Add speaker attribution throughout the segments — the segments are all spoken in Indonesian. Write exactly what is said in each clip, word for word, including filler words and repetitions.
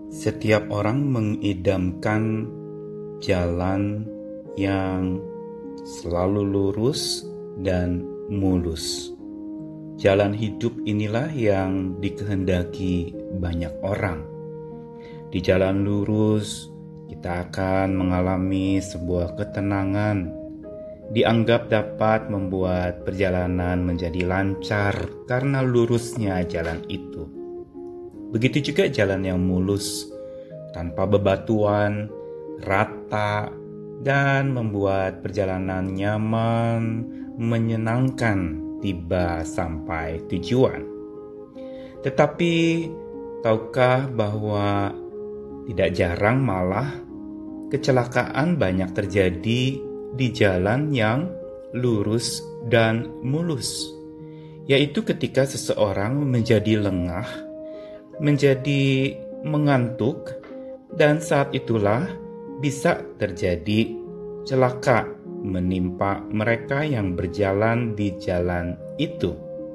Speaker 1: Setiap orang mengidamkan jalan yang selalu lurus dan mulus. Jalan hidup inilah yang dikehendaki banyak orang. Di jalan lurus, kita akan mengalami sebuah ketenangan. Dianggap dapat membuat perjalanan menjadi lancar karena lurusnya jalan itu. Begitu juga jalan yang mulus, tanpa bebatuan, rata, dan membuat perjalanan nyaman, menyenangkan tiba sampai tujuan. Tetapi, tahukah bahwa tidak jarang malah kecelakaan banyak terjadi di jalan yang lurus dan mulus, yaitu ketika seseorang menjadi lengah, menjadi mengantuk, dan saat itulah bisa terjadi celaka menimpa mereka yang berjalan di jalan itu.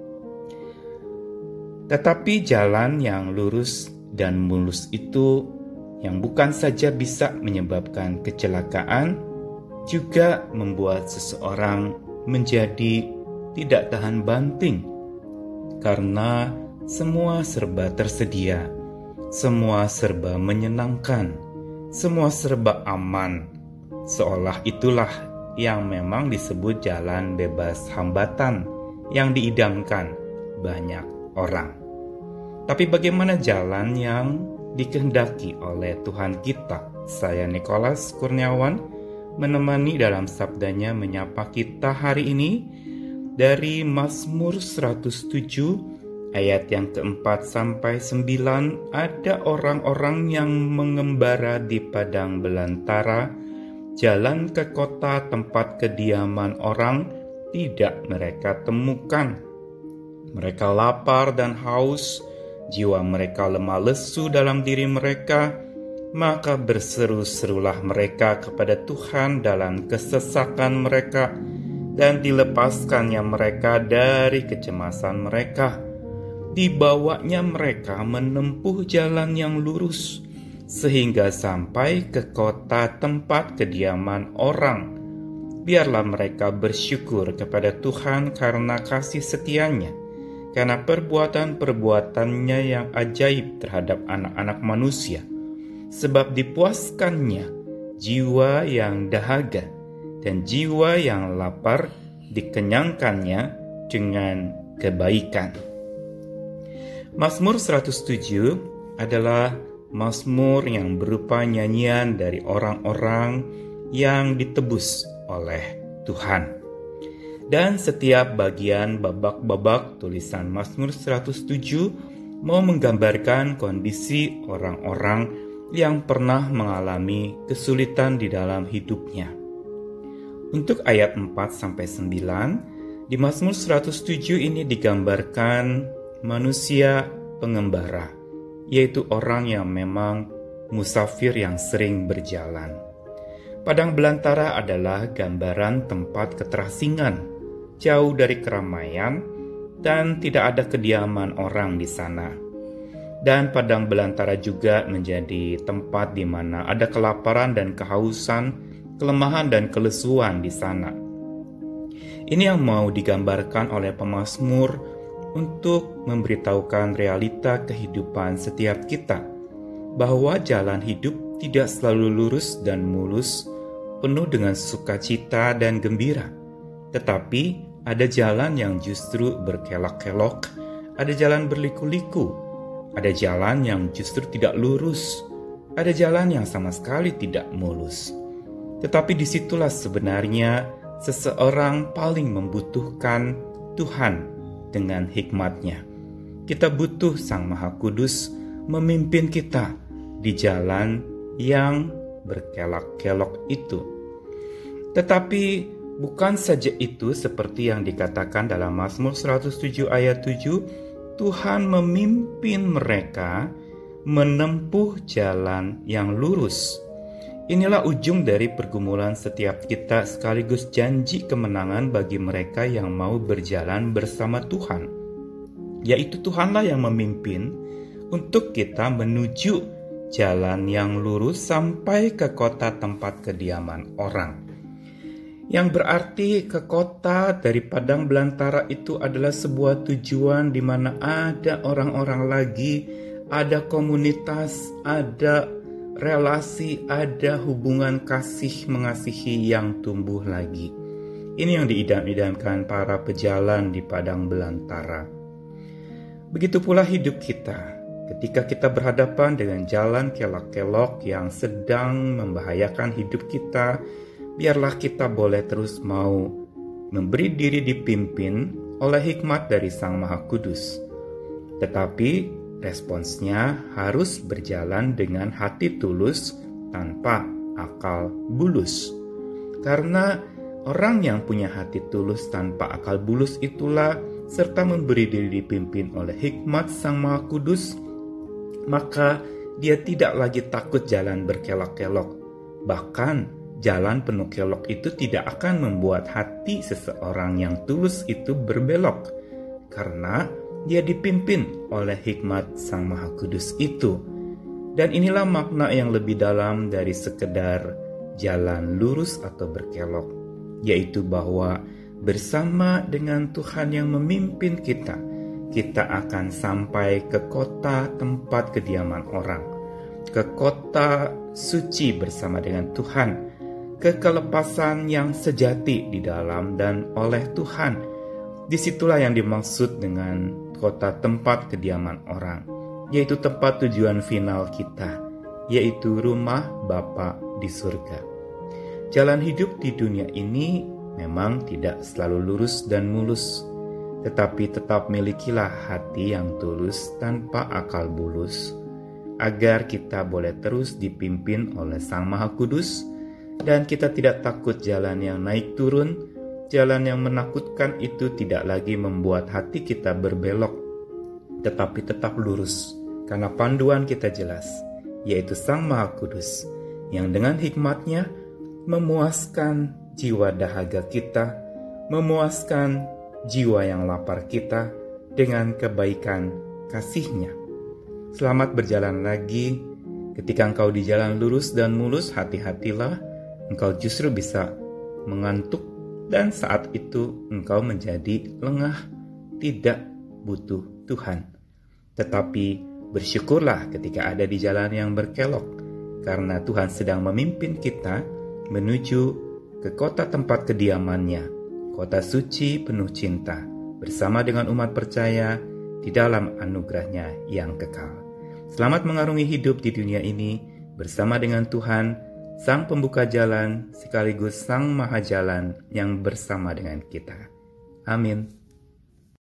Speaker 1: Tetapi jalan yang lurus dan mulus itu yang bukan saja bisa menyebabkan kecelakaan, juga membuat seseorang menjadi tidak tahan banting karena semua serba tersedia, semua serba menyenangkan, semua serba aman, seolah itulah yang memang disebut jalan bebas hambatan yang diidamkan banyak orang. Tapi bagaimana jalan yang dikehendaki oleh Tuhan kita? Saya Nikolas Kurniawan menemani dalam sabdanya menyapa kita hari ini dari Mazmur seratus tujuh ayat yang keempat sampai sembilan. Ada orang-orang yang mengembara di padang belantara, jalan ke kota tempat kediaman orang tidak mereka temukan. Mereka lapar dan haus, jiwa mereka lemah lesu dalam diri mereka, maka berseru-serulah mereka kepada Tuhan dalam kesesakan mereka, dan dilepaskannya mereka dari kecemasan mereka. Dibawanya mereka menempuh jalan yang lurus, sehingga sampai ke kota tempat kediaman orang. Biarlah mereka bersyukur kepada Tuhan karena kasih setianya, karena perbuatan-perbuatannya yang ajaib terhadap anak-anak manusia. Sebab dipuaskannya jiwa yang dahaga, dan jiwa yang lapar dikenyangkannya dengan kebaikan. Mazmur seratus tujuh adalah mazmur yang berupa nyanyian dari orang-orang yang ditebus oleh Tuhan. Dan setiap bagian babak-babak tulisan Mazmur seratus tujuh mau menggambarkan kondisi orang-orang yang pernah mengalami kesulitan di dalam hidupnya. Untuk ayat empat sampai sembilan, di Mazmur seratus tujuh ini digambarkan manusia pengembara, yaitu orang yang memang musafir yang sering berjalan. Padang belantara adalah gambaran tempat keterasingan, jauh dari keramaian, dan tidak ada kediaman orang di sana. Dan padang belantara juga menjadi tempat di mana ada kelaparan dan kehausan, kelemahan dan kelesuan di sana. Ini yang mau digambarkan oleh pemazmur untuk memberitahukan realita kehidupan setiap kita, bahwa jalan hidup tidak selalu lurus dan mulus, penuh dengan sukacita dan gembira. Tetapi ada jalan yang justru berkelok-kelok, ada jalan berliku-liku, ada jalan yang justru tidak lurus, ada jalan yang sama sekali tidak mulus. Tetapi disitulah sebenarnya seseorang paling membutuhkan Tuhan dengan hikmatnya. Kita butuh Sang Maha Kudus memimpin kita di jalan yang berkelok-kelok itu. Tetapi bukan saja itu, seperti yang dikatakan dalam Mazmur seratus tujuh ayat tujuh, Tuhan memimpin mereka menempuh jalan yang lurus. Inilah ujung dari pergumulan setiap kita, sekaligus janji kemenangan bagi mereka yang mau berjalan bersama Tuhan. Yaitu Tuhanlah yang memimpin untuk kita menuju jalan yang lurus sampai ke kota tempat kediaman orang. Yang berarti ke kota dari padang belantara itu adalah sebuah tujuan di mana ada orang-orang lagi, ada komunitas, ada relasi, ada hubungan kasih mengasihi yang tumbuh lagi. Ini yang diidam-idamkan para pejalan di padang belantara. Begitu pula hidup kita. Ketika kita berhadapan dengan jalan kelok-kelok yang sedang membahayakan hidup kita, biarlah kita boleh terus mau memberi diri dipimpin oleh hikmat dari Sang Maha Kudus. Tetapi responsnya harus berjalan dengan hati tulus tanpa akal bulus. Karena orang yang punya hati tulus tanpa akal bulus itulah serta memberi diri dipimpin oleh hikmat Sang Maha Kudus, maka dia tidak lagi takut jalan berkelok-kelok. Bahkan jalan penuh kelok itu tidak akan membuat hati seseorang yang tulus itu berbelok, karena dia dipimpin oleh hikmat Sang Maha Kudus itu. Dan inilah makna yang lebih dalam dari sekedar jalan lurus atau berkelok, yaitu bahwa bersama dengan Tuhan yang memimpin kita, kita akan sampai ke kota tempat kediaman orang, ke kota suci bersama dengan Tuhan, ke kelepasan yang sejati di dalam dan oleh Tuhan. Disitulah yang dimaksud dengan kota tempat kediaman orang, yaitu tempat tujuan final kita, yaitu rumah Bapa di surga. Jalan hidup di dunia ini memang tidak selalu lurus dan mulus, tetapi tetap milikilah hati yang tulus tanpa akal bulus, agar kita boleh terus dipimpin oleh Sang Maha Kudus, dan kita tidak takut jalan yang naik turun. Jalan yang menakutkan itu tidak lagi membuat hati kita berbelok, tetapi tetap lurus, karena panduan kita jelas, yaitu Sang Maha Kudus, yang dengan hikmatnya memuaskan jiwa dahaga kita, memuaskan jiwa yang lapar kita dengan kebaikan kasih-Nya. Selamat berjalan lagi. Ketika engkau di jalan lurus dan mulus, hati-hatilah, engkau justru bisa mengantuk, dan saat itu engkau menjadi lengah, tidak butuh Tuhan. Tetapi bersyukurlah ketika ada di jalan yang berkelok, karena Tuhan sedang memimpin kita menuju ke kota tempat kediaman-Nya, kota suci penuh cinta, bersama dengan umat percaya di dalam anugerah-Nya yang kekal. Selamat mengarungi hidup di dunia ini bersama dengan Tuhan, Sang Pembuka Jalan sekaligus Sang Maha Jalan yang bersama dengan kita. Amin.